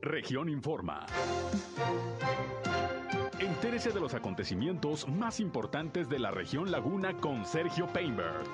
Región Informa. Entérese de los acontecimientos más importantes de la región Laguna con Sergio Painberg.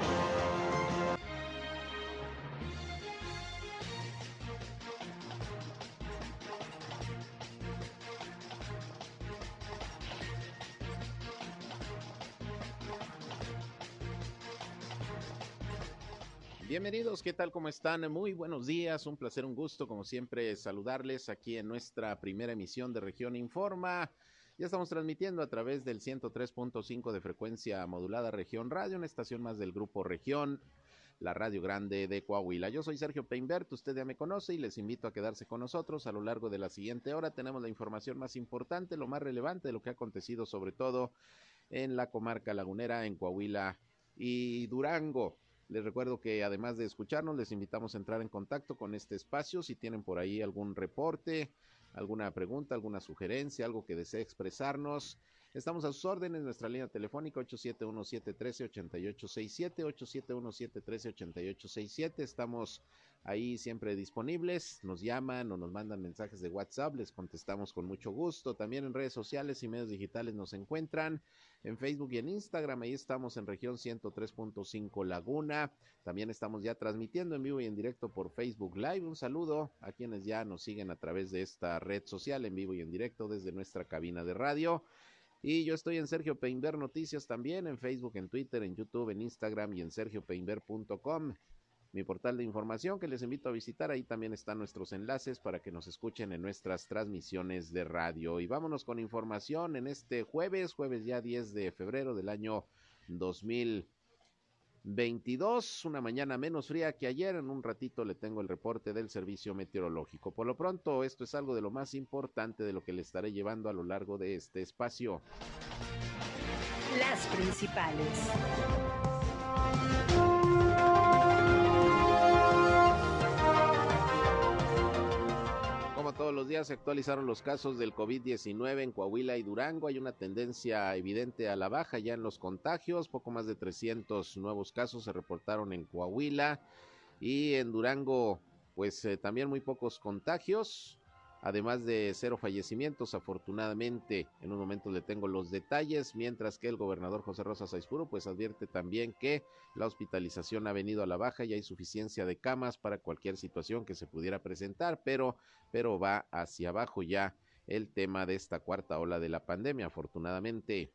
Bienvenidos, ¿qué tal? ¿Cómo están? Muy buenos días, un placer, un gusto, como siempre, saludarles aquí en nuestra primera emisión de Región Informa. Ya estamos transmitiendo a través del 103.5 de frecuencia modulada Región Radio, una estación más del Grupo Región, la Radio Grande de Coahuila. Yo soy Sergio Painberg, usted ya me conoce y les invito a quedarse con nosotros a lo largo de la siguiente hora. Tenemos la información más importante, lo más relevante de lo que ha acontecido, sobre todo en la comarca lagunera, en Coahuila y Durango. Les recuerdo que además de escucharnos, les invitamos a entrar en contacto con este espacio. Si tienen por ahí algún reporte, alguna pregunta, alguna sugerencia, algo que desee expresarnos, estamos a sus órdenes. Nuestra línea telefónica 871-713-8867, 871-713-8867. Estamos ahí siempre disponibles. Nos llaman o nos mandan mensajes de WhatsApp, les contestamos con mucho gusto. También en redes sociales y medios digitales nos encuentran en Facebook y en Instagram. Ahí estamos en región 103.5 Laguna. También estamos ya transmitiendo en vivo y en directo por Facebook Live. Un saludo a quienes ya nos siguen a través de esta red social en vivo y en directo desde nuestra cabina de radio. Y yo estoy en Sergio Painberg Noticias también, en Facebook, en Twitter, en YouTube, en Instagram y en sergiopainberg.com, mi portal de información, que les invito a visitar. Ahí también están nuestros enlaces para que nos escuchen en nuestras transmisiones de radio. Y vámonos con información en este jueves ya 10 de febrero del año 2022, una mañana menos fría que ayer. En un ratito le tengo el reporte del servicio meteorológico. Por lo pronto, esto es algo de lo más importante de lo que le estaré llevando a lo largo de este espacio. Las principales. Como todos los días se actualizaron los casos del COVID-19 en Coahuila y Durango. Hay una tendencia evidente a la baja ya en los contagios. Poco más de 300 nuevos casos se reportaron en Coahuila, y en Durango pues también muy pocos contagios, además de 0 fallecimientos afortunadamente. En un momento le tengo los detalles, mientras que el gobernador José Rosa Saizpuro pues advierte también que la hospitalización ha venido a la baja y hay suficiencia de camas para cualquier situación que se pudiera presentar, pero va hacia abajo ya el tema de esta cuarta ola de la pandemia, afortunadamente.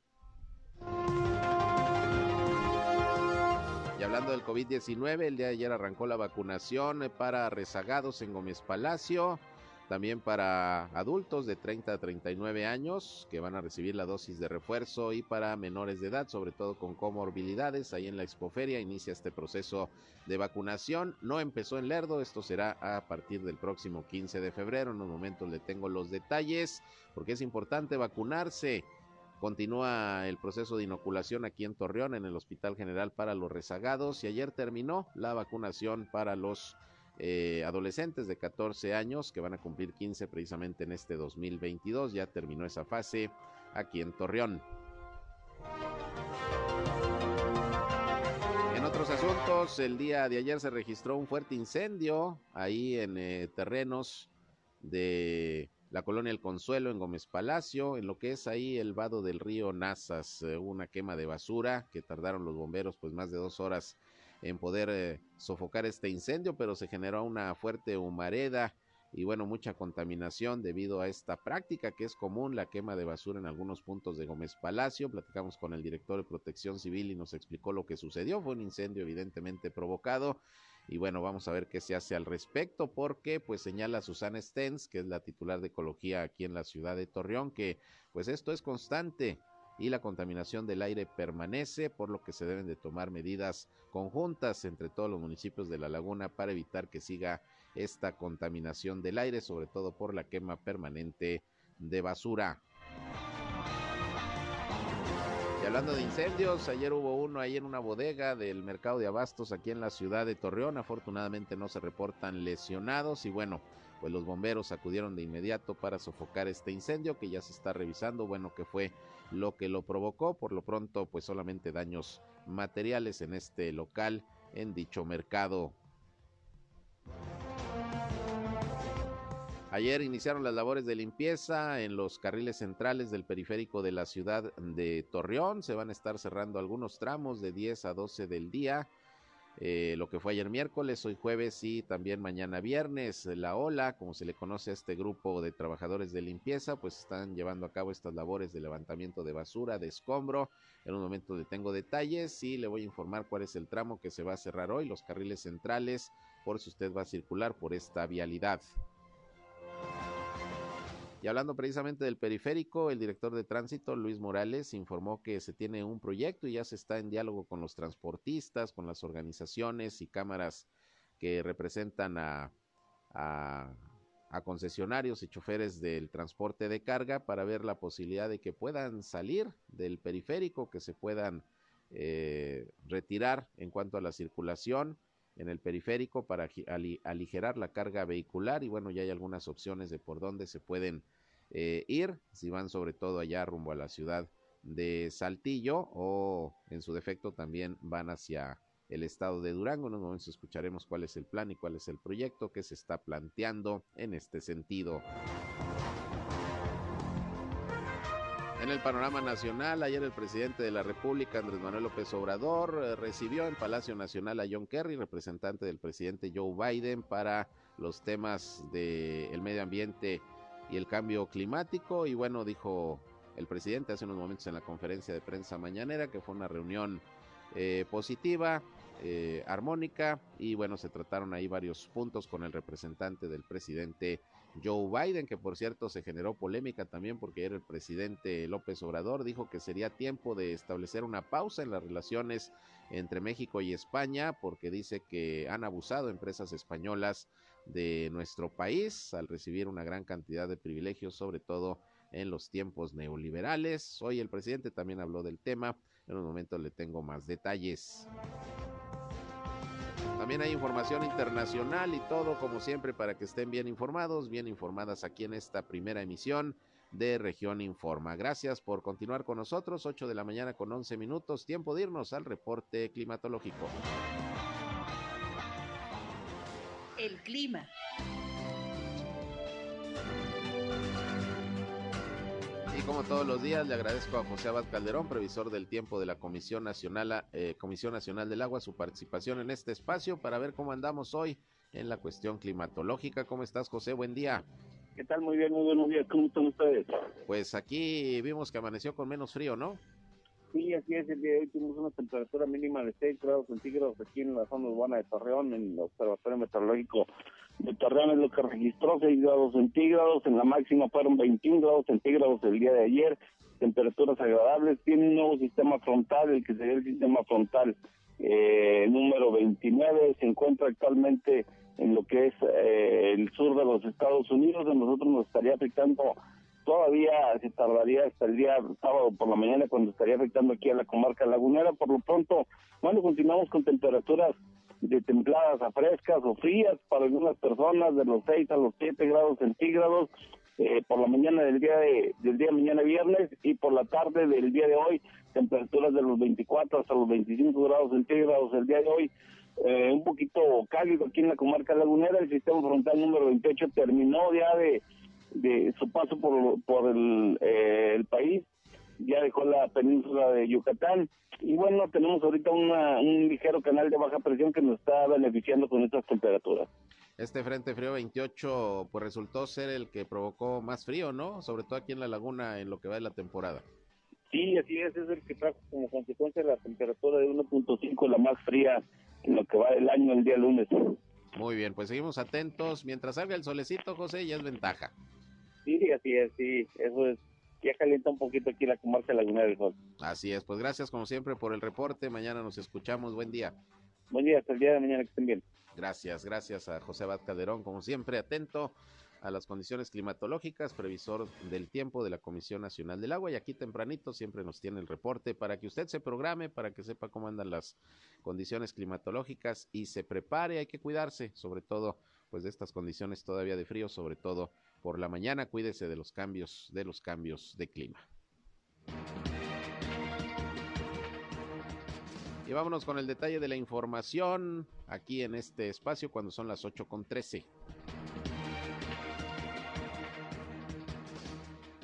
Y hablando del COVID-19, el día de ayer arrancó la vacunación para rezagados en Gómez Palacio, también para adultos de 30 a 39 años que van a recibir la dosis de refuerzo, y para menores de edad, sobre todo con comorbilidades. Ahí en la Expoferia inicia este proceso de vacunación. No empezó en Lerdo, esto será a partir del próximo 15 de febrero. En un momento le tengo los detalles, porque es importante vacunarse. Continúa el proceso de inoculación aquí en Torreón, en el Hospital General para los Rezagados, y ayer terminó la vacunación para los adolescentes de 14 años que van a cumplir 15 precisamente en este 2022. Ya terminó esa fase aquí en Torreón. En otros asuntos, el día de ayer se registró un fuerte incendio ahí en terrenos de la colonia El Consuelo en Gómez Palacio, en lo que es ahí el vado del río Nazas. Hubo una quema de basura que tardaron los bomberos pues más de 2 horas en poder sofocar este incendio, pero se generó una fuerte humareda y bueno, mucha contaminación debido a esta práctica que es común, la quema de basura en algunos puntos de Gómez Palacio. Platicamos con el director de Protección Civil y nos explicó lo que sucedió. Fue un incendio evidentemente provocado, y bueno, vamos a ver qué se hace al respecto, porque pues señala Susana Stens, que es la titular de Ecología aquí en la ciudad de Torreón, que pues esto es constante y la contaminación del aire permanece, por lo que se deben de tomar medidas conjuntas entre todos los municipios de la laguna para evitar que siga esta contaminación del aire, sobre todo por la quema permanente de basura. Y hablando de incendios, ayer hubo uno ahí en una bodega del mercado de abastos aquí en la ciudad de Torreón. Afortunadamente no se reportan lesionados, y bueno, pues los bomberos acudieron de inmediato para sofocar este incendio, que ya se está revisando, bueno, qué fue lo que lo provocó. Por lo pronto, pues solamente daños materiales en este local, en dicho mercado. Ayer iniciaron las labores de limpieza en los carriles centrales del periférico de la ciudad de Torreón. Se van a estar cerrando algunos tramos de 10 a 12 del día. Lo que fue ayer miércoles, hoy jueves y también mañana viernes. La Ola, como se le conoce a este grupo de trabajadores de limpieza, pues están llevando a cabo estas labores de levantamiento de basura, de escombro. En un momento le tengo detalles y le voy a informar cuál es el tramo que se va a cerrar hoy, los carriles centrales, por si usted va a circular por esta vialidad. Y hablando precisamente del periférico, el director de tránsito, Luis Morales, informó que se tiene un proyecto y ya se está en diálogo con los transportistas, con las organizaciones y cámaras que representan a concesionarios y choferes del transporte de carga para ver la posibilidad de que puedan salir del periférico, que se puedan retirar en cuanto a la circulación en el periférico para aligerar la carga vehicular. Y bueno, ya hay algunas opciones de por dónde se pueden ir, si van sobre todo allá rumbo a la ciudad de Saltillo o en su defecto también van hacia el estado de Durango. En unos momentos escucharemos cuál es el plan y cuál es el proyecto que se está planteando en este sentido. En el panorama nacional, ayer el presidente de la República, Andrés Manuel López Obrador, recibió en Palacio Nacional a John Kerry, representante del presidente Joe Biden, para los temas del medio ambiente y el cambio climático. Y bueno, dijo el presidente hace unos momentos en la conferencia de prensa mañanera que fue una reunión positiva, armónica, y bueno, se trataron ahí varios puntos con el representante del presidente Joe Biden, que por cierto se generó polémica también porque ayer el presidente López Obrador dijo que sería tiempo de establecer una pausa en las relaciones entre México y España, porque dice que han abusado empresas españolas de nuestro país al recibir una gran cantidad de privilegios, sobre todo en los tiempos neoliberales. Hoy el presidente también habló del tema, en un momento le tengo más detalles. También hay información internacional y todo, como siempre, para que estén bien informados, bien informadas aquí en esta primera emisión de Región Informa. Gracias por continuar con nosotros, 8 de la mañana con 11 minutos, tiempo de irnos al reporte climatológico. El clima. Y como todos los días, le agradezco a José Abad Calderón, previsor del tiempo de la Comisión Nacional del Agua, su participación en este espacio para ver cómo andamos hoy en la cuestión climatológica. ¿Cómo estás, José? Buen día. ¿Qué tal? Muy bien, muy buenos días. ¿Cómo están ustedes? Pues aquí vimos que amaneció con menos frío, ¿no? Sí, así es. El día de hoy tuvimos una temperatura mínima de 6 grados centígrados aquí en la zona urbana de Torreón, en el Observatorio Meteorológico de Torreón es lo que registró 6 grados centígrados. En la máxima fueron 21 grados centígrados el día de ayer. Temperaturas agradables. Tiene un nuevo sistema frontal, el que sería el sistema frontal número 29. Se encuentra actualmente en lo que es el sur de los Estados Unidos. A nosotros nos estaría afectando. Todavía se tardaría hasta el día sábado por la mañana cuando estaría afectando aquí a la comarca lagunera. Por lo pronto, bueno, continuamos con temperaturas de templadas a frescas o frías para algunas personas, de los 6 a los 7 grados centígrados por la mañana del día mañana viernes, y por la tarde del día de hoy, temperaturas de los 24 hasta los 25 grados centígrados el día de hoy. Un poquito cálido aquí en la comarca lagunera. El sistema frontal número 28 terminó ya de su paso por el país, ya dejó la península de Yucatán, y bueno, tenemos ahorita un ligero canal de baja presión que nos está beneficiando con estas temperaturas. Este Frente Frío 28 pues resultó ser el que provocó más frío, ¿no? Sobre todo aquí en la laguna en lo que va de la temporada. Sí, así es el que trajo como consecuencia la temperatura de 1.5, la más fría en lo que va del año, el día lunes. Muy bien, pues seguimos atentos. Mientras salga el solecito, José, ya es ventaja. Sí, así es, sí, eso es. Ya calienta un poquito aquí la comarca lagunera del Sol. Así es, pues gracias como siempre por el reporte. Mañana nos escuchamos. Buen día. Buen día, hasta el día de mañana, que estén bien. Gracias a José Abad Calderón, como siempre, atento a las condiciones climatológicas, previsor del tiempo de la Comisión Nacional del Agua, y aquí tempranito siempre nos tiene el reporte para que usted se programe, para que sepa cómo andan las condiciones climatológicas y se prepare. Hay que cuidarse, sobre todo pues de estas condiciones todavía de frío, sobre todo por la mañana. Cuídese de los cambios de clima. Y vámonos con el detalle de la información aquí en este espacio cuando son las 8:13.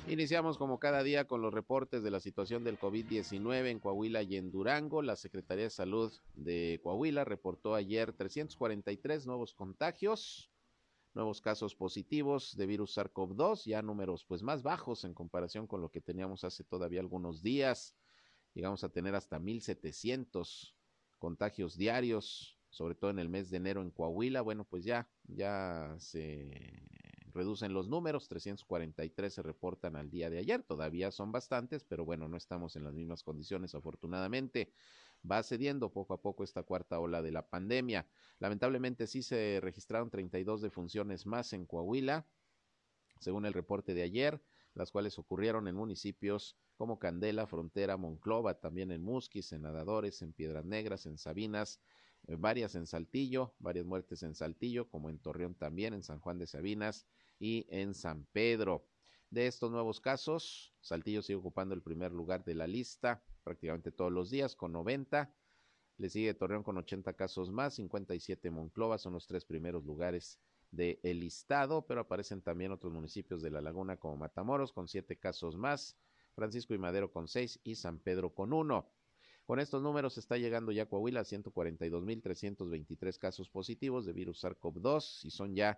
Iniciamos como cada día con los reportes de la situación del COVID-19 en Coahuila y en Durango. La Secretaría de Salud de Coahuila reportó ayer 343 nuevos contagios, nuevos casos positivos de virus SARS-CoV-2, ya números pues más bajos en comparación con lo que teníamos hace todavía algunos días. Llegamos a tener hasta 1,700 contagios diarios, sobre todo en el mes de enero en Coahuila. Bueno, pues ya se reducen los números, 343 se reportan al día de ayer, todavía son bastantes, pero bueno, no estamos en las mismas condiciones afortunadamente. Va cediendo poco a poco esta cuarta ola de la pandemia. Lamentablemente sí se registraron 32 defunciones más en Coahuila, según el reporte de ayer, las cuales ocurrieron en municipios como Candela, Frontera, Monclova, también en Musquis, en Nadadores, en Piedras Negras, en Sabinas, varias en Saltillo, varias muertes en Saltillo, como en Torreón también, en San Juan de Sabinas y en San Pedro. De estos nuevos casos, Saltillo sigue ocupando el primer lugar de la lista prácticamente todos los días con 90. Le sigue Torreón con 80 casos más, 57 Monclova, son los tres primeros lugares del listado, pero aparecen también otros municipios de La Laguna como Matamoros con 7 casos más, Francisco y Madero con 6 y San Pedro con 1. Con estos números está llegando ya Coahuila a 142,323 casos positivos de virus SARS-CoV-2 y son ya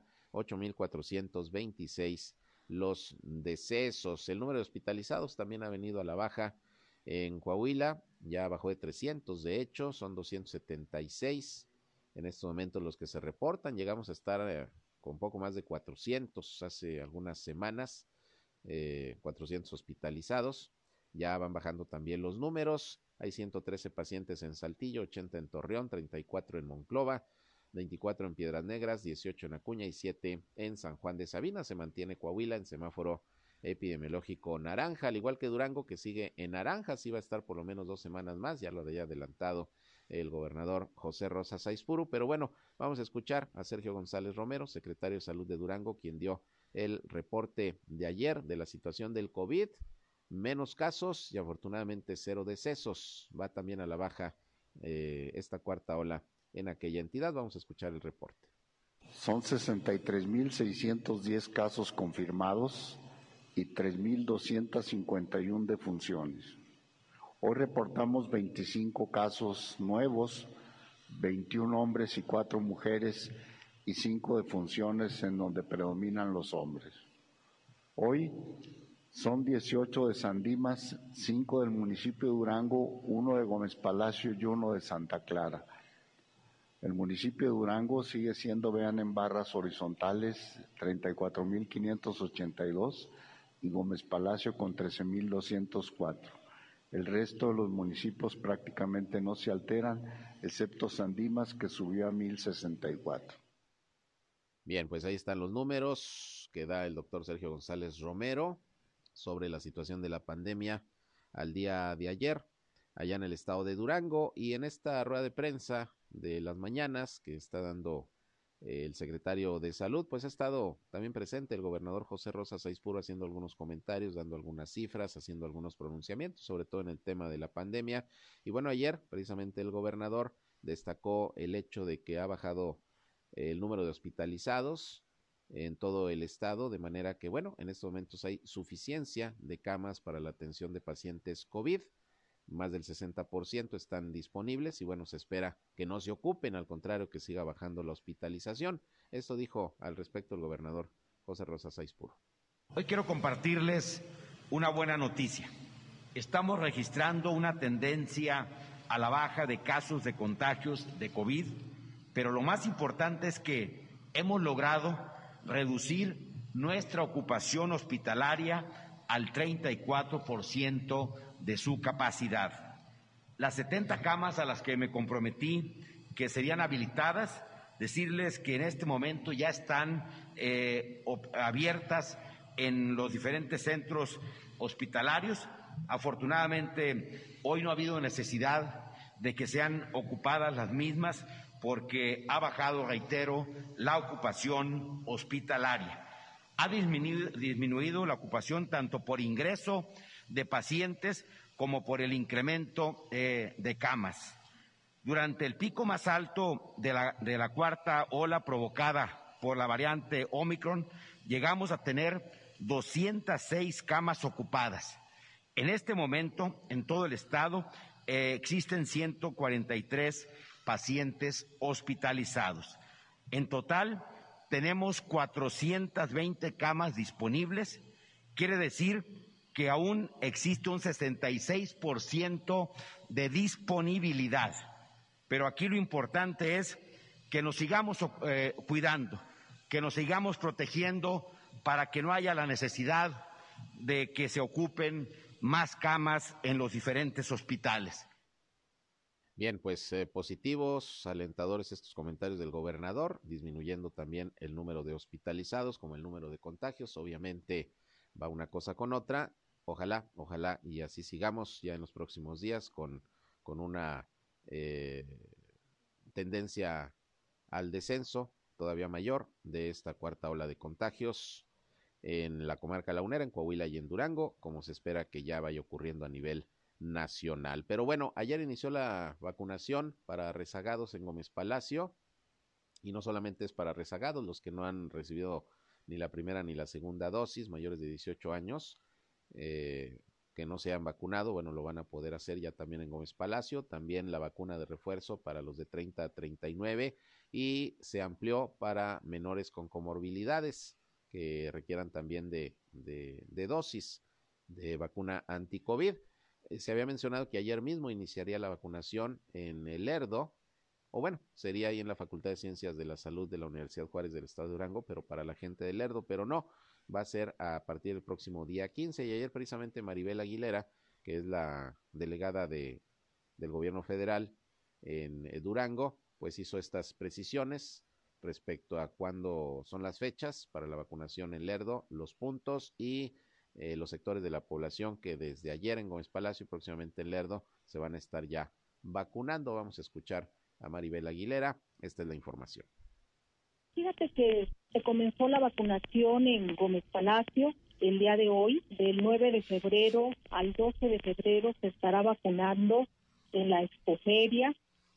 8,426 los decesos. El número de hospitalizados también ha venido a la baja en Coahuila, ya bajó de 300, de hecho, son 276 en estos momentos los que se reportan. Llegamos a estar con poco más de 400 hace algunas semanas, 400 hospitalizados. Ya van bajando también los números. Hay 113 pacientes en Saltillo, 80 en Torreón, 34 en Monclova, 24 en Piedras Negras, 18 en Acuña y 7 en San Juan de Sabinas. Se mantiene Coahuila en semáforo epidemiológico naranja, al igual que Durango, que sigue en naranja. Sí va a estar por lo menos 2 semanas más, ya lo había adelantado el gobernador José Rosa Saizpuru. Pero bueno, vamos a escuchar a Sergio González Romero, secretario de Salud de Durango, quien dio el reporte de ayer de la situación del COVID. Menos casos y afortunadamente 0 decesos. Va también a la baja esta cuarta ola en aquella entidad. Vamos a escuchar el reporte. Son 63,610 casos confirmados y 3,251 defunciones. Hoy reportamos 25 casos nuevos, 21 hombres y 4 mujeres y 5 defunciones en donde predominan los hombres. Hoy son 18 de San Dimas, 5 del municipio de Durango, 1 de Gómez Palacio y 1 de Santa Clara. El municipio de Durango sigue siendo, vean en barras horizontales, 34,582 y Gómez Palacio con 13,204. El resto de los municipios prácticamente no se alteran, excepto San Dimas, que subió a 1,064. Bien, pues ahí están los números que da el doctor Sergio González Romero sobre la situación de la pandemia al día de ayer, allá en el estado de Durango. Y en esta rueda de prensa de las mañanas que está dando el secretario de Salud, pues ha estado también presente el gobernador José Rosa Saizpuru haciendo algunos comentarios, dando algunas cifras, haciendo algunos pronunciamientos, sobre todo en el tema de la pandemia. Y bueno, ayer precisamente el gobernador destacó el hecho de que ha bajado el número de hospitalizados en todo el estado, de manera que, bueno, en estos momentos hay suficiencia de camas para la atención de pacientes COVID. Más del 60% están disponibles y bueno, se espera que no se ocupen, al contrario, que siga bajando la hospitalización. Esto dijo al respecto el gobernador José Rosa Saizpuru. Hoy quiero compartirles una buena noticia. Estamos registrando una tendencia a la baja de casos de contagios de COVID, pero lo más importante es que hemos logrado reducir nuestra ocupación hospitalaria al 34% de su capacidad. Las 70 camas a las que me comprometí que serían habilitadas, decirles que en este momento ya están abiertas en los diferentes centros hospitalarios. Afortunadamente, hoy no ha habido necesidad de que sean ocupadas las mismas porque ha bajado, reitero, la ocupación hospitalaria. Ha disminuido la ocupación tanto por ingreso de pacientes como por el incremento de camas. Durante el pico más alto de la cuarta ola provocada por la variante Omicron, llegamos a tener 206 camas ocupadas. En este momento, en todo el estado, existen 143 pacientes hospitalizados. En total, tenemos 420 camas disponibles. Quiere decir que aún existe un 66% de disponibilidad. Pero aquí lo importante es que nos sigamos cuidando, que nos sigamos protegiendo para que no haya la necesidad de que se ocupen más camas en los diferentes hospitales. Bien, pues positivos, alentadores estos comentarios del gobernador, disminuyendo también el número de hospitalizados como el número de contagios. Obviamente va una cosa con otra. Ojalá y así sigamos ya en los próximos días con una tendencia al descenso todavía mayor de esta cuarta ola de contagios en la comarca lagunera, en Coahuila y en Durango, como se espera que ya vaya ocurriendo a nivel nacional. Pero bueno, ayer inició la vacunación para rezagados en Gómez Palacio, y no solamente es para rezagados, los que no han recibido ni la primera ni la segunda dosis, mayores de 18 años, que no se han vacunado, bueno, lo van a poder hacer ya también en Gómez Palacio. También la vacuna de refuerzo para los de 30 a 39, y se amplió para menores con comorbilidades que requieran también de dosis de vacuna anti-COVID. Se había mencionado que ayer mismo iniciaría la vacunación en el Lerdo, o bueno, sería ahí en la Facultad de Ciencias de la Salud de la Universidad Juárez del Estado de Durango, pero para la gente del Lerdo, pero no, va a ser a partir del próximo día 15, y ayer precisamente Maribel Aguilera, que es la delegada del gobierno federal en Durango, pues hizo estas precisiones respecto a cuándo son las fechas para la vacunación en Lerdo, los puntos y los sectores de la población que desde ayer en Gómez Palacio y próximamente en Lerdo se van a estar ya vacunando. Vamos a escuchar a Maribel Aguilera. Esta es la información. Fíjate que se comenzó la vacunación en Gómez Palacio el día de hoy. Del 9 de febrero al 12 de febrero se estará vacunando en la Expoferia,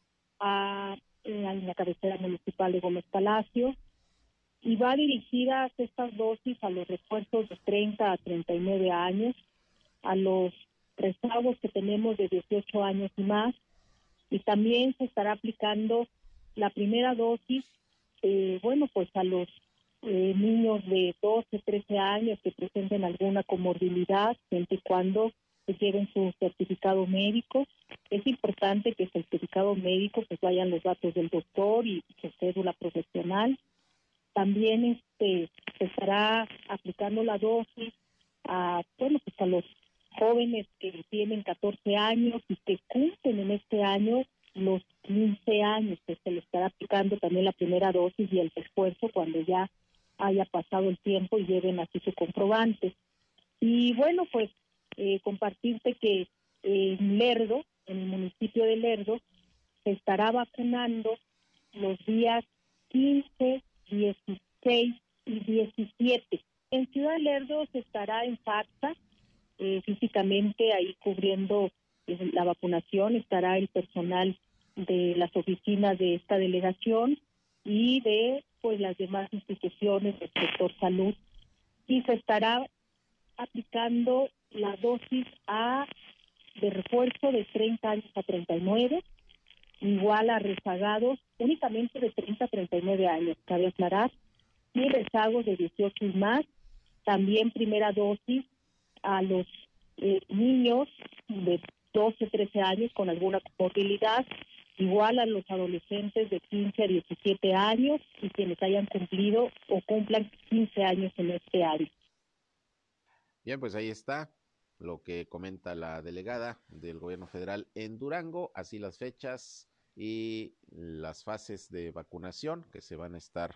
en la cabecera municipal de Gómez Palacio, y va dirigidas estas dosis a los refuerzos de 30 a 39 años, a los rezagos que tenemos de 18 años y más, y también se estará aplicando la primera dosis, pues a los niños de 12, 13 años que presenten alguna comorbilidad, siempre y cuando se lleven su certificado médico. Es importante que el certificado médico pues vayan los datos del doctor y su cédula profesional. También se estará aplicando la dosis a los jóvenes que tienen 14 años y que cumplen en este año los 15 años, que se les estará aplicando también la primera dosis y el refuerzo cuando ya haya pasado el tiempo y lleven así su comprobante. Y bueno, pues compartirte que en Lerdo, en el municipio de Lerdo, se estará vacunando los días 15, 16 y 17. En Ciudad Lerdo se estará en FACTA, físicamente ahí cubriendo la vacunación, estará el personal de las oficinas de esta delegación y de las demás instituciones del sector salud, y se estará aplicando la dosis de refuerzo de 30 años a 39, igual a rezagados únicamente de 30 a 39 años, cabe aclarar, y rezagos de 18 y más. También primera dosis a los niños de 12, 13 años con alguna comorbilidad, igual a los adolescentes de 15 a 17 años y quienes hayan cumplido o cumplan 15 años en este año. Bien, pues ahí está lo que comenta la delegada del gobierno federal en Durango, así las fechas y las fases de vacunación que se van a estar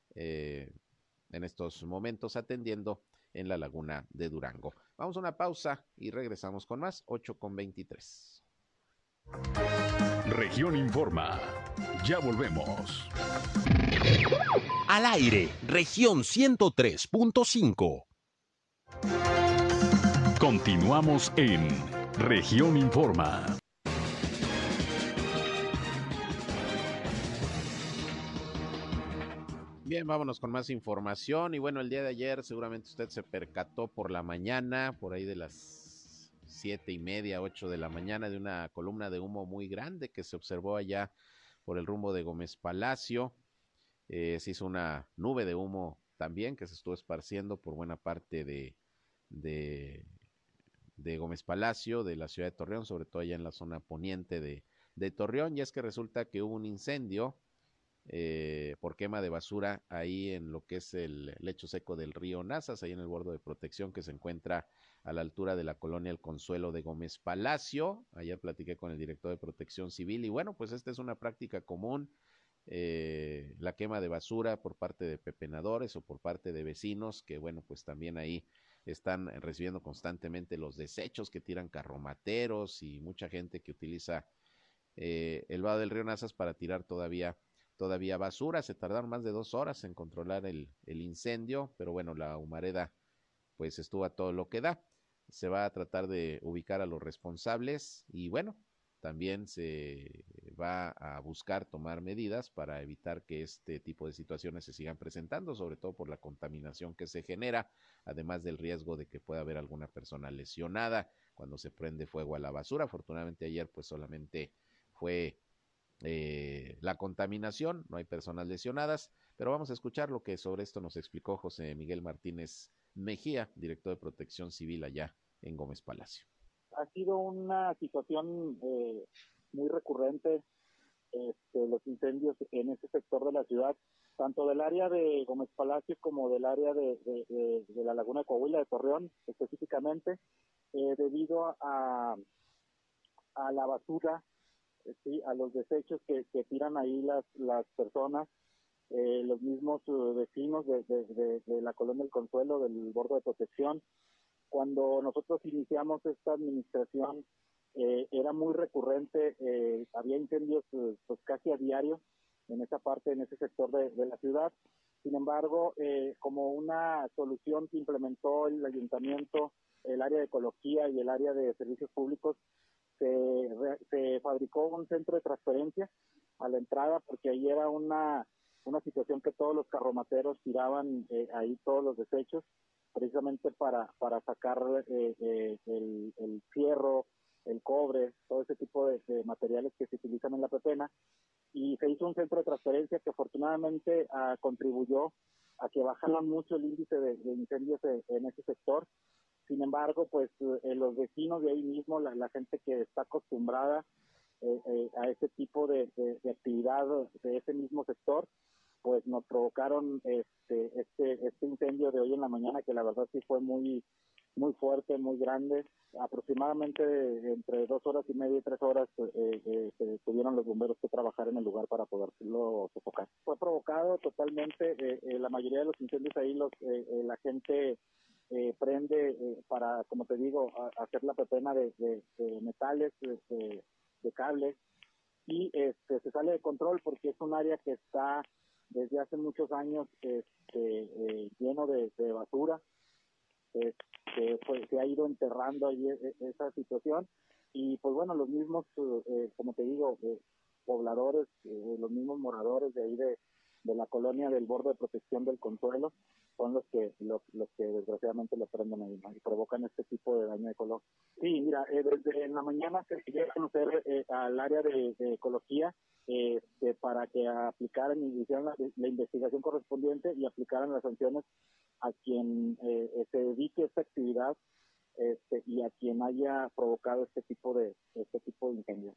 en estos momentos atendiendo en la laguna de Durango. Vamos a una pausa y regresamos con más, 8:23. Región Informa. Ya volvemos. Al aire, región 103.5. Continuamos en Región Informa. Bien, vámonos con más información. Y bueno, el día de ayer seguramente usted se percató por la mañana, por ahí de las 7:30, 8 de la mañana, de una columna de humo muy grande que se observó allá por el rumbo de Gómez Palacio. Se hizo una nube de humo también que se estuvo esparciendo por buena parte de, de Gómez Palacio, de la ciudad de Torreón, sobre todo allá en la zona poniente de Torreón. Y es que resulta que hubo un incendio por quema de basura ahí en lo que es el lecho seco del río Nazas, ahí en el bordo de protección que se encuentra a la altura de la colonia El Consuelo de Gómez Palacio. Ayer platiqué con el director de Protección Civil y bueno, pues esta es una práctica común, la quema de basura por parte de pepenadores o por parte de vecinos que bueno, pues también ahí están recibiendo constantemente los desechos que tiran carromateros y mucha gente que utiliza el vado del río Nazas para tirar todavía basura. Se tardaron más de 2 horas en controlar el incendio, pero bueno, la humareda pues estuvo a todo lo que da. Se va a tratar de ubicar a los responsables y bueno, también se va a buscar tomar medidas para evitar que este tipo de situaciones se sigan presentando, sobre todo por la contaminación que se genera, además del riesgo de que pueda haber alguna persona lesionada cuando se prende fuego a la basura. Afortunadamente ayer pues solamente fue la contaminación, no hay personas lesionadas, pero vamos a escuchar lo que sobre esto nos explicó José Miguel Martínez Mejía, director de Protección Civil allá en Gómez Palacio. Ha sido una situación muy recurrente, los incendios en ese sector de la ciudad, tanto del área de Gómez Palacio como del área de la Laguna de Coahuila, de Torreón específicamente, debido a la basura, ¿sí? A los desechos que tiran ahí las personas, los mismos vecinos de la colonia El Consuelo, del bordo de protección. Cuando nosotros iniciamos esta administración, era muy recurrente, había incendios pues casi a diario en esa parte, en ese sector de la ciudad. Sin embargo, como una solución que implementó el ayuntamiento, el área de ecología y el área de servicios públicos, se fabricó un centro de transferencia a la entrada, porque ahí era una situación que todos los carromateros tiraban ahí todos los desechos, precisamente para sacar el fierro, el cobre, todo ese tipo de materiales que se utilizan en la pepena, y se hizo un centro de transferencia que afortunadamente contribuyó a que bajara mucho el índice de incendios en ese sector. Sin embargo, pues los vecinos de ahí mismo, la gente que está acostumbrada a ese tipo de actividad de ese mismo sector, pues nos provocaron este incendio de hoy en la mañana, que la verdad sí fue muy fuerte, muy grande. Aproximadamente entre 2 horas y media y 3 horas tuvieron los bomberos que trabajar en el lugar para poderlo sofocar. Fue provocado totalmente, la mayoría de los incendios ahí la gente prende para, como te digo, hacer la pepena de metales, de cables, y se sale de control porque es un área que está desde hace muchos años lleno de basura. Se ha ido enterrando ahí esa situación, y pues bueno, los mismos, como te digo, pobladores, los mismos moradores de ahí de la colonia del borde de protección del Consuelo, son los que desgraciadamente lo prenden ahí, ¿no? Y provocan este tipo de daño ecológico. Sí, mira, desde en la mañana se llega a conocer al área de ecología, para que aplicaran y hicieran la investigación correspondiente y aplicaran las sanciones a quien se dedique a esta actividad, y a quien haya provocado este tipo de incendios.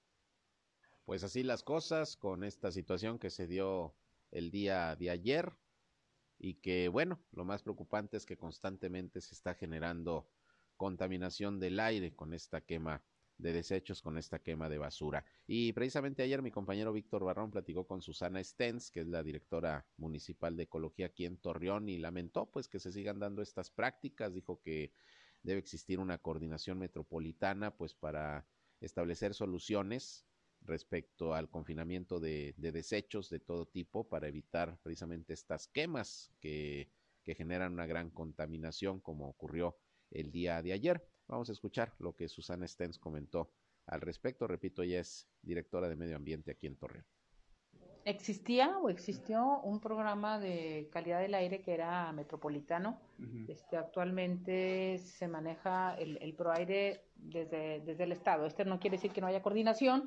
Pues así las cosas con esta situación que se dio el día de ayer y que bueno, lo más preocupante es que constantemente se está generando contaminación del aire con esta quema de desechos, con esta quema de basura. Y precisamente ayer mi compañero Víctor Barrón platicó con Susana Stens, que es la directora municipal de ecología aquí en Torreón, y lamentó pues que se sigan dando estas prácticas. Dijo que debe existir una coordinación metropolitana pues para establecer soluciones respecto al confinamiento de desechos de todo tipo para evitar precisamente estas quemas que generan una gran contaminación como ocurrió el día de ayer. Vamos a escuchar lo que Susana Stens comentó al respecto. Repito, ella es directora de Medio Ambiente aquí en Torreón. Existió un programa de calidad del aire que era metropolitano. Actualmente se maneja el ProAire desde el Estado. No quiere decir que no haya coordinación,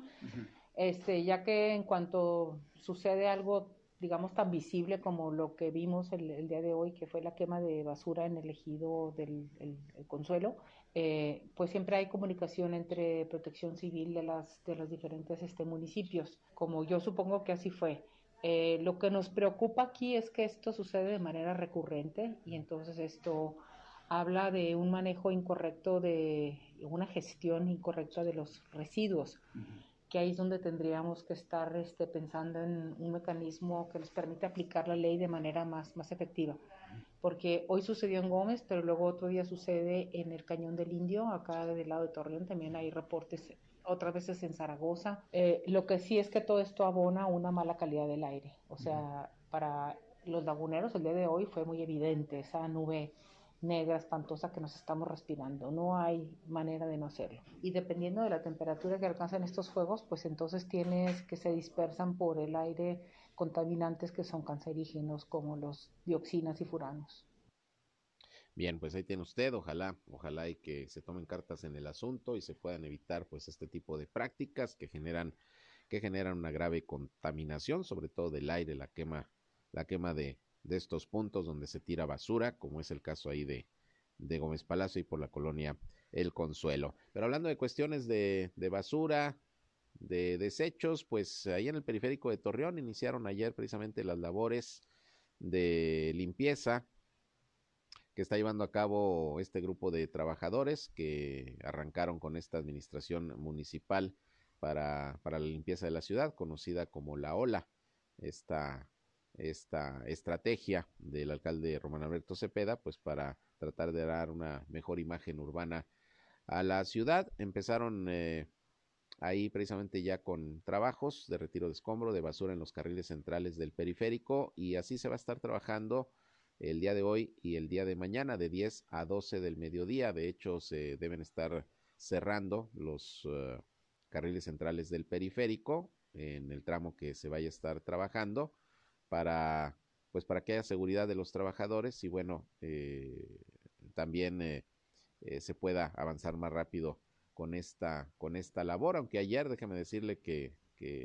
ya que en cuanto sucede algo, digamos, tan visible como lo que vimos el día de hoy, que fue la quema de basura en el ejido del el Consuelo, pues siempre hay comunicación entre Protección Civil de los diferentes municipios, como yo supongo que así fue. Lo que nos preocupa aquí es que esto sucede de manera recurrente y entonces esto habla de un manejo incorrecto, de una gestión incorrecta de los residuos, que ahí es donde tendríamos que estar pensando en un mecanismo que nos permita aplicar la ley de manera más efectiva. Porque hoy sucedió en Gómez, pero luego otro día sucede en el Cañón del Indio, acá del lado de Torreón, también hay reportes otras veces en Zaragoza. Lo que sí es que todo esto abona una mala calidad del aire. O sea, para los laguneros el día de hoy fue muy evidente esa nube negra espantosa que nos estamos respirando. No hay manera de no hacerlo. Y dependiendo de la temperatura que alcanzan estos fuegos, pues entonces tienes que se dispersan por el aire contaminantes que son cancerígenos como los dioxinas y furanos. Bien, pues ahí tiene usted, ojalá y que se tomen cartas en el asunto y se puedan evitar pues este tipo de prácticas que generan una grave contaminación, sobre todo del aire, la quema de estos puntos donde se tira basura, como es el caso ahí de Gómez Palacio y por la colonia El Consuelo. Pero hablando de cuestiones de basura, de desechos, pues ahí en el periférico de Torreón iniciaron ayer precisamente las labores de limpieza que está llevando a cabo este grupo de trabajadores que arrancaron con esta administración municipal para la limpieza de la ciudad, conocida como la OLA, esta estrategia del alcalde Román Alberto Cepeda, pues para tratar de dar una mejor imagen urbana a la ciudad. Empezaron ahí precisamente ya con trabajos de retiro de escombro, de basura en los carriles centrales del periférico, y así se va a estar trabajando el día de hoy y el día de mañana de 10 a 12 del mediodía. De hecho, se deben estar cerrando los carriles centrales del periférico en el tramo que se vaya a estar trabajando para que haya seguridad de los trabajadores y bueno, también se pueda avanzar más rápido con esta labor, aunque ayer déjeme decirle que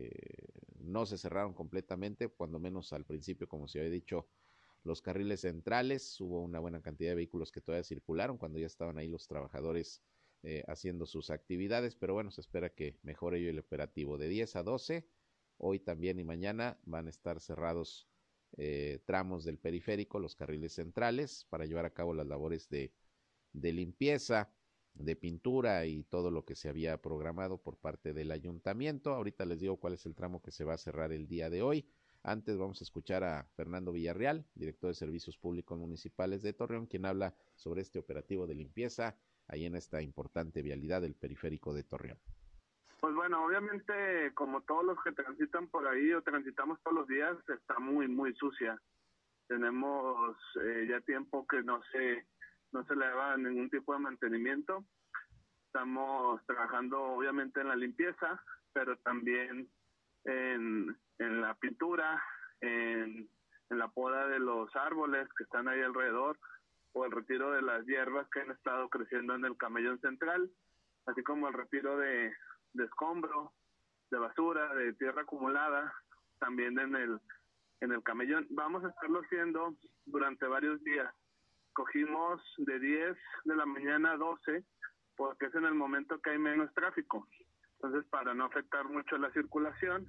no se cerraron completamente, cuando menos al principio, como se había dicho, los carriles centrales. Hubo una buena cantidad de vehículos que todavía circularon cuando ya estaban ahí los trabajadores haciendo sus actividades, pero bueno, se espera que mejore el operativo. De 10 a 12, hoy también y mañana van a estar cerrados tramos del periférico, los carriles centrales, para llevar a cabo las labores de limpieza, de pintura y todo lo que se había programado por parte del ayuntamiento. Ahorita les digo cuál es el tramo que se va a cerrar el día de hoy. Antes vamos a escuchar a Fernando Villarreal, director de Servicios Públicos Municipales de Torreón, quien habla sobre este operativo de limpieza ahí en esta importante vialidad del periférico de Torreón. Pues bueno, obviamente como todos los que transitan por ahí o transitamos todos los días, está muy sucia. Tenemos ya tiempo que no se le da ningún tipo de mantenimiento. Estamos trabajando obviamente en la limpieza, pero también en la pintura, en la poda de los árboles que están ahí alrededor, o el retiro de las hierbas que han estado creciendo en el camellón central, así como el retiro de escombro, de basura, de tierra acumulada, también en el camellón. Vamos a estarlo haciendo durante varios días. Cogimos de 10 de la mañana a 12, porque es en el momento que hay menos tráfico. Entonces, para no afectar mucho la circulación,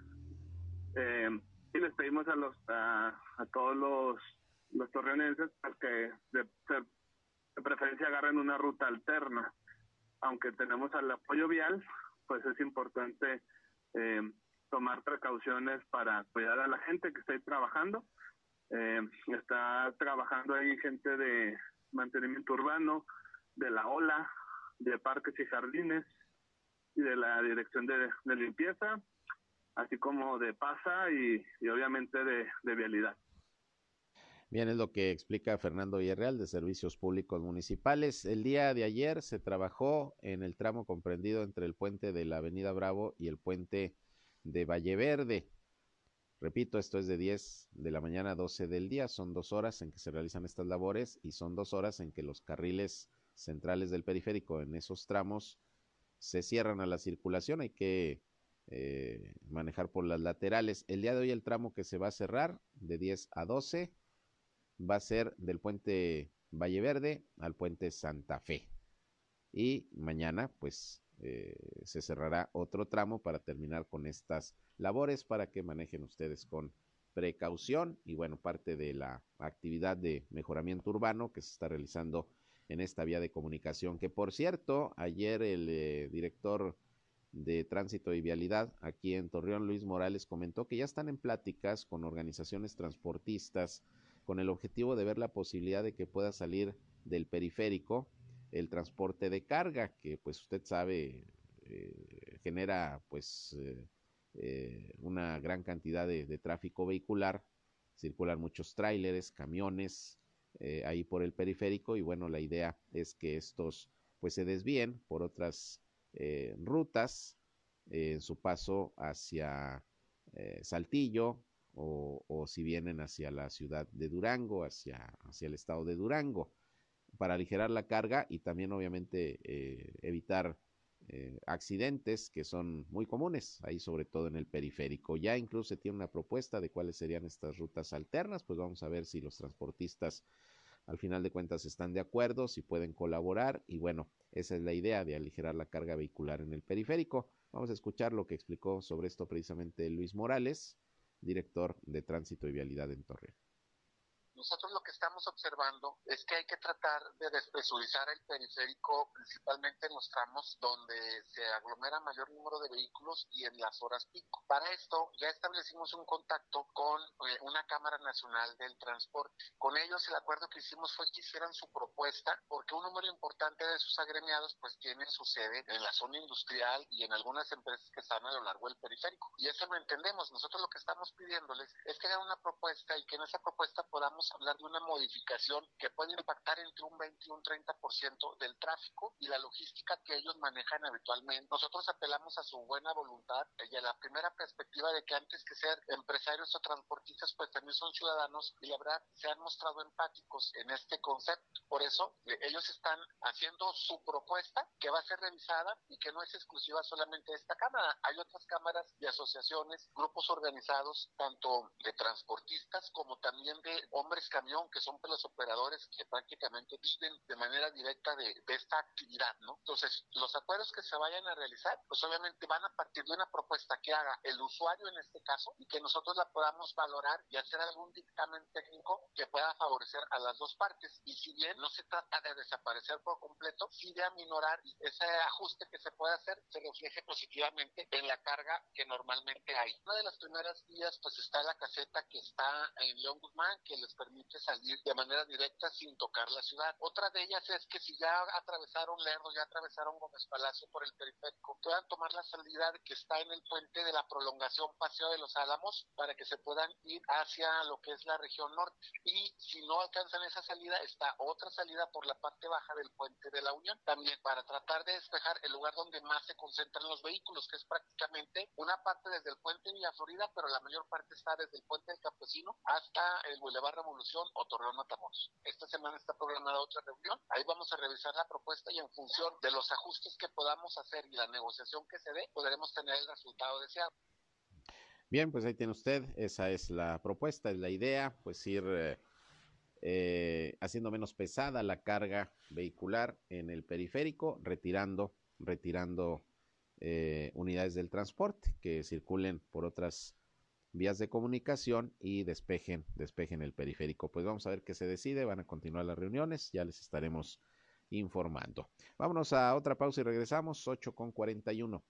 y les pedimos a todos los torreonenses que de preferencia agarren una ruta alterna. Aunque tenemos el apoyo vial, pues es importante tomar precauciones para cuidar a la gente que está ahí trabajando. Está trabajando ahí gente de mantenimiento urbano, de la OLA, de parques y jardines y de la dirección de limpieza, así como de PASA y obviamente de vialidad. Bien, es lo que explica Fernando Villarreal de Servicios Públicos Municipales. El día de ayer se trabajó en el tramo comprendido entre el puente de la Avenida Bravo y el puente de Valle Verde. Repito, esto es de 10 de la mañana a 12 del día, son 2 horas en que se realizan estas labores y son 2 horas en que los carriles centrales del periférico en esos tramos se cierran a la circulación, hay que manejar por las laterales. El día de hoy el tramo que se va a cerrar de 10 a 12 va a ser del puente Valle Verde al puente Santa Fe. Y mañana pues se cerrará otro tramo para terminar con estas labores para que manejen ustedes con precaución y bueno, parte de la actividad de mejoramiento urbano que se está realizando en esta vía de comunicación, que por cierto, ayer el director de Tránsito y Vialidad aquí en Torreón, Luis Morales, comentó que ya están en pláticas con organizaciones transportistas con el objetivo de ver la posibilidad de que pueda salir del periférico el transporte de carga, que pues usted sabe genera pues una gran cantidad de tráfico vehicular, circulan muchos tráileres, camiones ahí por el periférico y bueno, la idea es que estos pues se desvíen por otras rutas en su paso hacia Saltillo o si vienen hacia la ciudad de Durango, hacia el estado de Durango, para aligerar la carga y también obviamente evitar accidentes que son muy comunes ahí, sobre todo en el periférico. Ya incluso se tiene una propuesta de cuáles serían estas rutas alternas, pues vamos a ver si los transportistas al final de cuentas están de acuerdo, si pueden colaborar y bueno, esa es la idea de aligerar la carga vehicular en el periférico. Vamos a escuchar lo que explicó sobre esto precisamente Luis Morales, director de Tránsito y Vialidad en Torreón. Nosotros lo que estamos observando es que hay que tratar de despresurizar el periférico, principalmente en los tramos donde se aglomera mayor número de vehículos y en las horas pico. Para esto ya establecimos un contacto con una Cámara Nacional del Transporte. Con ellos el acuerdo que hicimos fue que hicieran su propuesta, porque un número importante de sus agremiados pues tienen su sede en la zona industrial y en algunas empresas que están a lo largo del periférico. Y eso lo entendemos. Nosotros lo que estamos pidiéndoles es que hagan una propuesta y que en esa propuesta podamos hablar de una modificación que puede impactar entre un 20 y un 30% del tráfico y la logística que ellos manejan habitualmente. Nosotros apelamos a su buena voluntad y a la primera perspectiva de que antes que ser empresarios o transportistas, pues también son ciudadanos y la verdad se han mostrado empáticos en este concepto. Por eso ellos están haciendo su propuesta que va a ser revisada y que no es exclusiva solamente de esta cámara. Hay otras cámaras de asociaciones, grupos organizados, tanto de transportistas como también de hombres camión, que son los operadores que prácticamente viven de manera directa de esta actividad, ¿no? Entonces, los acuerdos que se vayan a realizar, pues obviamente van a partir de una propuesta que haga el usuario en este caso y que nosotros la podamos valorar y hacer algún dictamen técnico que pueda favorecer a las dos partes. Y si bien no se trata de desaparecer por completo, sí de aminorar ese ajuste que se puede hacer, se refleje positivamente en la carga que normalmente hay. Una de las primeras vías, pues está la caseta que está en León Guzmán, que les permite salir de manera directa sin tocar la ciudad. Otra de ellas es que si ya atravesaron Lerdo, ya atravesaron Gómez Palacio por el periférico, puedan tomar la salida que está en el puente de la prolongación Paseo de los Álamos para que se puedan ir hacia lo que es la región norte. Y si no alcanzan esa salida, está otra salida por la parte baja del puente de la Unión, también para tratar de despejar el lugar donde más se concentran los vehículos, que es prácticamente una parte desde el puente Villa Florida, pero la mayor parte está desde el puente del Campesino hasta el Boulevard Revolución o Torreón Matamoros. Esta semana está programada otra reunión, ahí vamos a revisar la propuesta y en función de los ajustes que podamos hacer y la negociación que se dé, podremos tener el resultado deseado. Bien, pues ahí tiene usted, esa es la propuesta, es la idea, pues ir haciendo menos pesada la carga vehicular en el periférico, retirando unidades del transporte que circulen por otras vías de comunicación y despejen el periférico. Pues vamos a ver qué se decide, van a continuar las reuniones, ya les estaremos informando. Vámonos a otra pausa y regresamos, 8:41.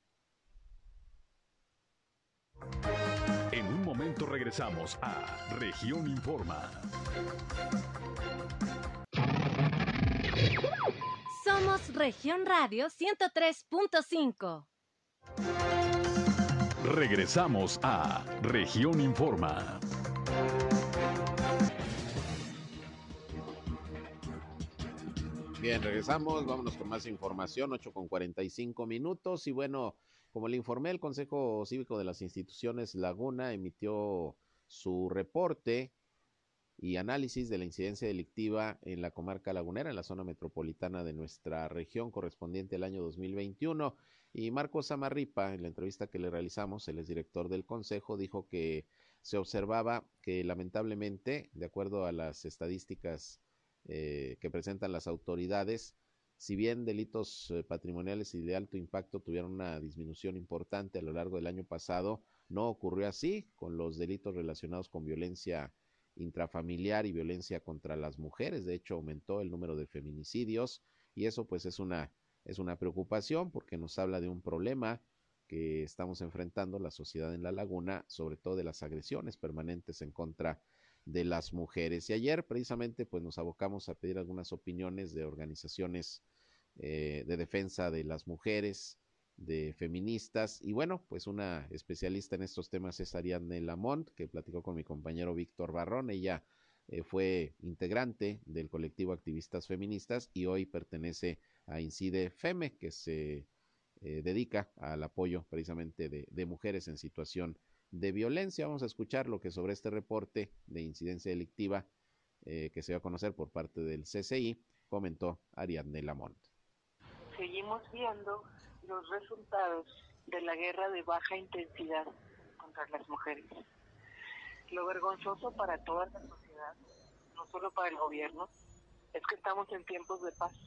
En un momento regresamos a Región Informa. Somos Región Radio 103.5. Regresamos a Región Informa. Bien, regresamos, vámonos con más información, 8:45 y bueno, como le informé, el Consejo Cívico de las Instituciones Laguna emitió su reporte y análisis de la incidencia delictiva en la comarca lagunera, en la zona metropolitana de nuestra región, correspondiente al año 2021. Y Marcos Zamarripa, en la entrevista que le realizamos, el exdirector del Consejo, dijo que se observaba que lamentablemente, de acuerdo a las estadísticas que presentan las autoridades, si bien delitos patrimoniales y de alto impacto tuvieron una disminución importante a lo largo del año pasado, no ocurrió así con los delitos relacionados con violencia intrafamiliar y violencia contra las mujeres. De hecho, aumentó el número de feminicidios y eso pues es una preocupación porque nos habla de un problema que estamos enfrentando la sociedad en La Laguna, sobre todo de las agresiones permanentes en contra de las mujeres. Y ayer precisamente pues nos abocamos a pedir algunas opiniones de organizaciones de defensa de las mujeres, de feministas, y bueno, pues una especialista en estos temas es Ariadne Lamont, que platicó con mi compañero Víctor Barrón. Ella fue integrante del colectivo Activistas Feministas y hoy pertenece a Incide Feme, que se dedica al apoyo precisamente de mujeres en situación de violencia. Vamos a escuchar lo que sobre este reporte de incidencia delictiva que se va a conocer por parte del CCI comentó Ariadne Lamont. Seguimos viendo los resultados de la guerra de baja intensidad contra las mujeres. Lo vergonzoso para toda la sociedad, no solo para el gobierno, es que estamos en tiempos de paz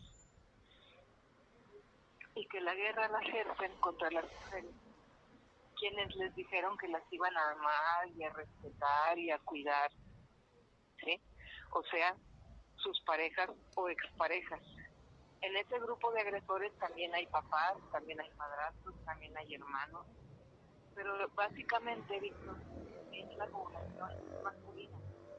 y que la guerra la ejercen contra las mujeres, quienes les dijeron que las iban a amar y a respetar y a cuidar, ¿sí? O sea, sus parejas o exparejas. En ese grupo de agresores también hay papás, también hay madrastros, también hay hermanos, pero básicamente, Víctor, es la población masculina.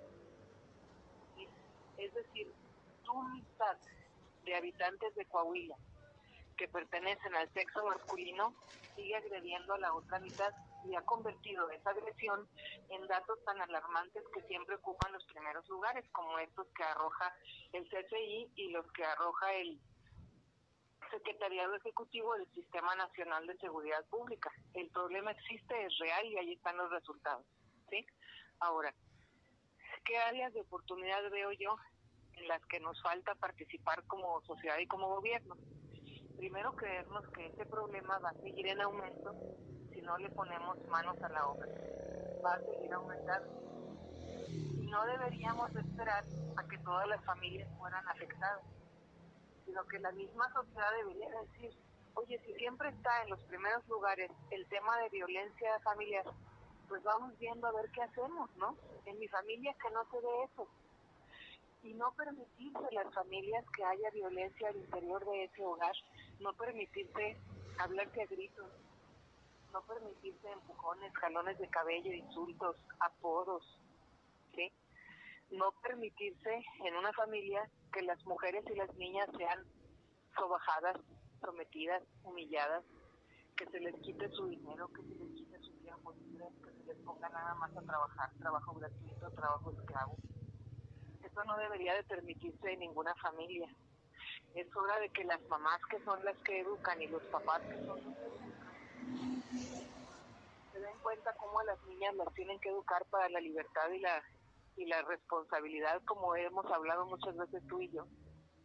¿Sí? Es decir, tu mitad de habitantes de Coahuila que pertenecen al sexo masculino sigue agrediendo a la otra mitad y ha convertido esa agresión en datos tan alarmantes que siempre ocupan los primeros lugares, como estos que arroja el CCI y los que arroja el Secretariado Ejecutivo del Sistema Nacional de Seguridad Pública. El problema existe, es real y ahí están los resultados, ¿sí? Ahora, ¿qué áreas de oportunidad veo yo en las que nos falta participar como sociedad y como gobierno? Primero, creernos que este problema va a seguir en aumento si no le ponemos manos a la obra. Va a seguir aumentando. Y no deberíamos esperar a que todas las familias fueran afectadas, sino que la misma sociedad debería decir, oye, si siempre está en los primeros lugares el tema de violencia familiar, pues vamos viendo a ver qué hacemos, ¿no? En mi familia que no se ve eso. Y no permitirse a las familias que haya violencia al interior de ese hogar, no permitirse hablarse a gritos, no permitirse empujones, jalones de cabello, insultos, apodos, ¿sí? No permitirse en una familia que las mujeres y las niñas sean sobajadas, sometidas, humilladas, que se les quite su dinero, que se les quite su tiempo libre, que se les ponga nada más a trabajar, trabajo gratuito, trabajo esclavo. Eso no debería de permitirse en ninguna familia. Es hora de que las mamás, que son las que educan, y los papás, que son los que educan, se den cuenta cómo a las niñas las tienen que educar para la libertad y la responsabilidad, como hemos hablado muchas veces tú y yo.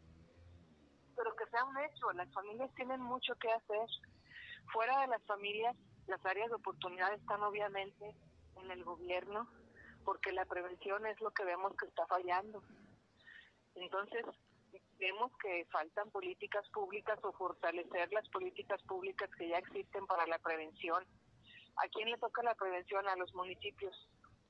Pero que sea un hecho, las familias tienen mucho que hacer. Fuera de las familias, las áreas de oportunidad están obviamente en el gobierno, porque la prevención es lo que vemos que está fallando. Entonces, vemos que faltan políticas públicas o fortalecer las políticas públicas que ya existen para la prevención. ¿A quién le toca la prevención? A los municipios,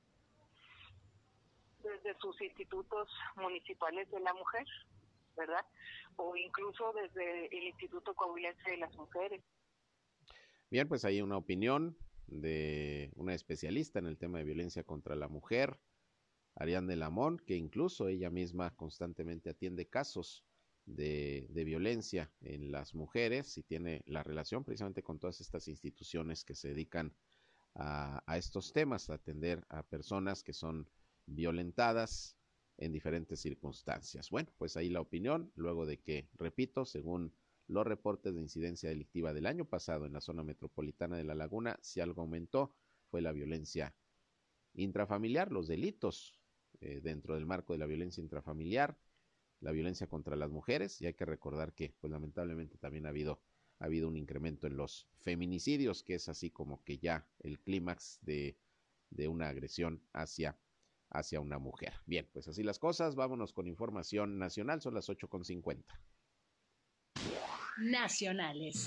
desde sus institutos municipales de la mujer, ¿verdad? O incluso desde el Instituto Coahuilense de las Mujeres. Bien, pues hay una opinión de una especialista en el tema de violencia contra la mujer, Ariadne Lamont, que incluso ella misma constantemente atiende casos de violencia en las mujeres y tiene la relación precisamente con todas estas instituciones que se dedican a estos temas, a atender a personas que son violentadas en diferentes circunstancias. Bueno, pues ahí la opinión, luego de que, repito, según los reportes de incidencia delictiva del año pasado en la zona metropolitana de La Laguna, si algo aumentó fue la violencia intrafamiliar, los delitos dentro del marco de la violencia intrafamiliar, la violencia contra las mujeres, y hay que recordar que pues lamentablemente también ha habido un incremento en los feminicidios, que es así como que ya el clímax de una agresión hacia una mujer. Bien, pues así las cosas, vámonos con información nacional, son las 8:50. Nacionales.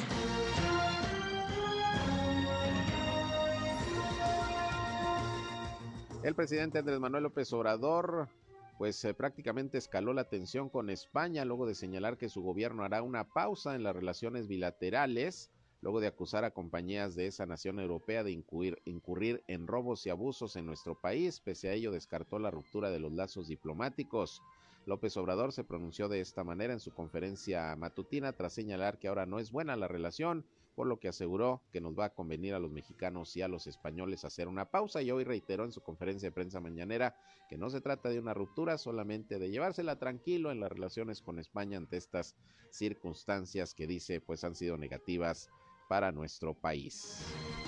El presidente Andrés Manuel López Obrador pues prácticamente escaló la tensión con España luego de señalar que su gobierno hará una pausa en las relaciones bilaterales, luego de acusar a compañías de esa nación europea de incurrir en robos y abusos en nuestro país. Pese a ello, descartó la ruptura de los lazos diplomáticos. López Obrador se pronunció de esta manera en su conferencia matutina tras señalar que ahora no es buena la relación, por lo que aseguró que nos va a convenir a los mexicanos y a los españoles hacer una pausa, y hoy reiteró en su conferencia de prensa mañanera que no se trata de una ruptura, solamente de llevársela tranquilo en las relaciones con España ante estas circunstancias que dice pues han sido negativas para nuestro país.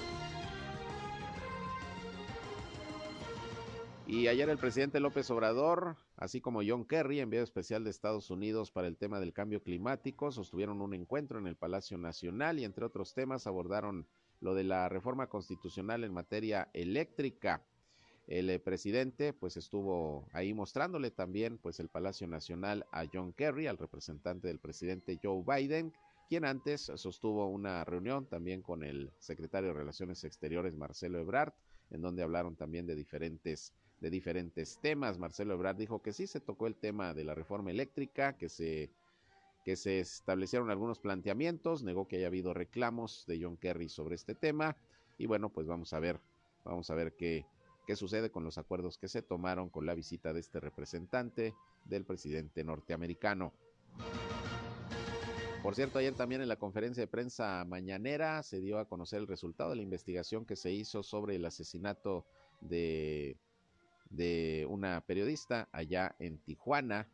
Y ayer el presidente López Obrador, así como John Kerry, enviado especial de Estados Unidos para el tema del cambio climático, sostuvieron un encuentro en el Palacio Nacional y entre otros temas abordaron lo de la reforma constitucional en materia eléctrica. El presidente pues estuvo ahí mostrándole también pues el Palacio Nacional a John Kerry, al representante del presidente Joe Biden, quien antes sostuvo una reunión también con el secretario de Relaciones Exteriores Marcelo Ebrard, en donde hablaron también de diferentes temas. Marcelo Ebrard dijo que sí se tocó el tema de la reforma eléctrica, que se establecieron algunos planteamientos, negó que haya habido reclamos de John Kerry sobre este tema, y bueno, pues vamos a ver qué sucede con los acuerdos que se tomaron con la visita de este representante del presidente norteamericano. Por cierto, ayer también en la conferencia de prensa mañanera se dio a conocer el resultado de la investigación que se hizo sobre el asesinato de una periodista allá en Tijuana,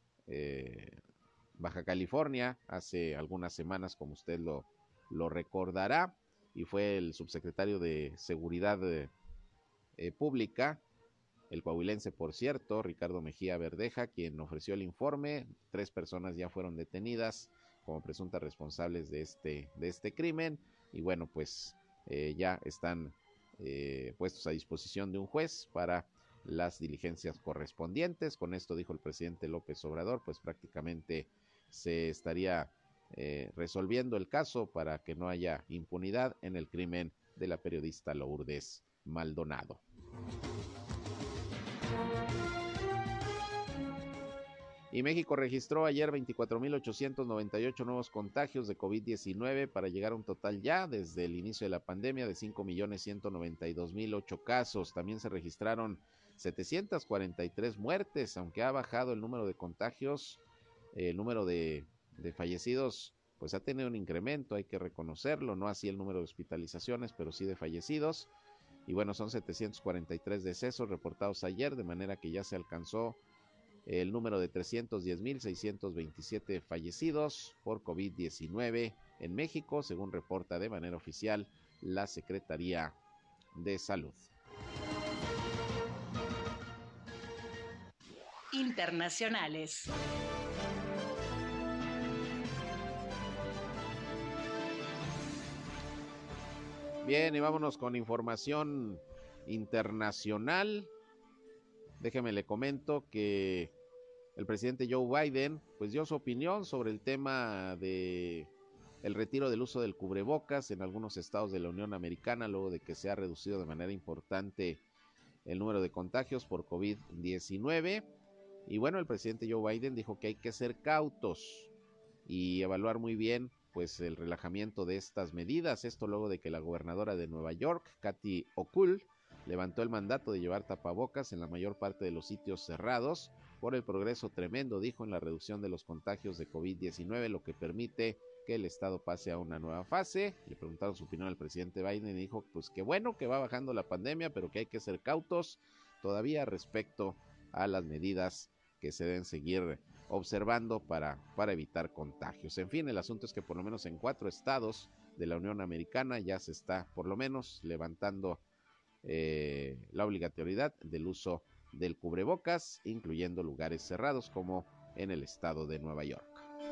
Baja California, hace algunas semanas, como usted lo recordará, y fue el subsecretario de Seguridad Pública, el coahuilense, por cierto, Ricardo Mejía Verdeja, quien ofreció el informe. 3 personas ya fueron detenidas como presuntas responsables de este crimen, y bueno, pues ya están puestos a disposición de un juez para las diligencias correspondientes. Con esto, dijo el presidente López Obrador, pues prácticamente se estaría resolviendo el caso para que no haya impunidad en el crimen de la periodista Lourdes Maldonado. Y México registró ayer 24,898 nuevos contagios de COVID-19 para llegar a un total ya desde el inicio de la pandemia de 5,192,008 casos. También se registraron 743 muertes, aunque ha bajado el número de contagios, el número de fallecidos pues ha tenido un incremento, hay que reconocerlo, no así el número de hospitalizaciones, pero sí de fallecidos. Y bueno, son 743 decesos reportados ayer, de manera que ya se alcanzó el número de 310,627 fallecidos por COVID-19 en México, según reporta de manera oficial la Secretaría de Salud. Internacionales. Bien, y vámonos con información internacional. Déjeme le comento que el presidente Joe Biden pues dio su opinión sobre el tema de el retiro del uso del cubrebocas en algunos estados de la Unión Americana, luego de que se ha reducido de manera importante el número de contagios por COVID-19. Y bueno, el presidente Joe Biden dijo que hay que ser cautos y evaluar muy bien pues el relajamiento de estas medidas. Esto luego de que la gobernadora de Nueva York, Kathy Hochul, levantó el mandato de llevar tapabocas en la mayor parte de los sitios cerrados por el progreso tremendo, dijo, en la reducción de los contagios de COVID-19, lo que permite que el estado pase a una nueva fase. Le preguntaron su opinión al presidente Biden y dijo pues que bueno, que va bajando la pandemia, pero que hay que ser cautos todavía respecto a las medidas que se deben seguir observando para evitar contagios. En fin, el asunto es que por lo menos en 4 estados de la Unión Americana ya se está por lo menos levantando la obligatoriedad del uso del cubrebocas, incluyendo lugares cerrados como en el estado de Nueva York.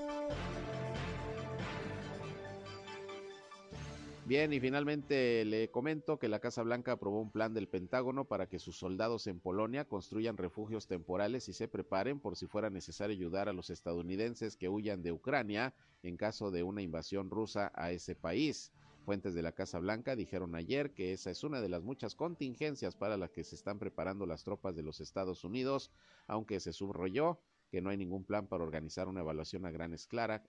Bien, y finalmente le comento que la Casa Blanca aprobó un plan del Pentágono para que sus soldados en Polonia construyan refugios temporales y se preparen por si fuera necesario ayudar a los estadounidenses que huyan de Ucrania en caso de una invasión rusa a ese país. Fuentes de la Casa Blanca dijeron ayer que esa es una de las muchas contingencias para las que se están preparando las tropas de los Estados Unidos, aunque se subrayó que no hay ningún plan para organizar una evaluación a gran escala,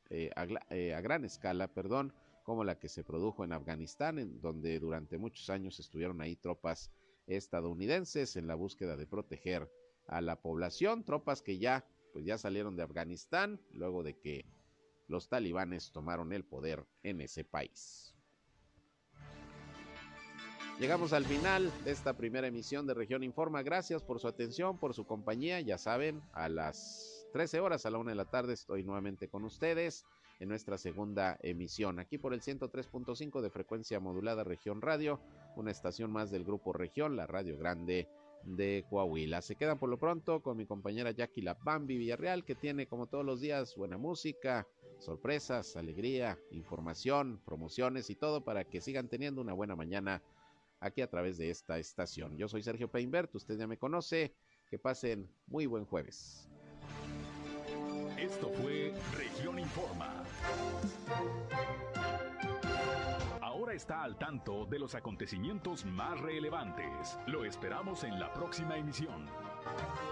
como la que se produjo en Afganistán, en donde durante muchos años estuvieron ahí tropas estadounidenses en la búsqueda de proteger a la población, tropas que ya salieron de Afganistán luego de que los talibanes tomaron el poder en ese país. Llegamos al final de esta primera emisión de Región Informa. Gracias por su atención, por su compañía. Ya saben, a las 13 horas, a la 1 de la tarde, estoy nuevamente con ustedes en nuestra segunda emisión, aquí por el 103.5 de frecuencia modulada Región Radio, una estación más del Grupo Región, la Radio Grande de Coahuila. Se quedan por lo pronto con mi compañera Jackie La Bambi Villarreal, que tiene como todos los días buena música, sorpresas, alegría, información, promociones y todo para que sigan teniendo una buena mañana aquí a través de esta estación. Yo soy Sergio Peinbert, usted ya me conoce, que pasen muy buen jueves. Esto fue Región Informa. Ahora está al tanto de los acontecimientos más relevantes. Lo esperamos en la próxima emisión.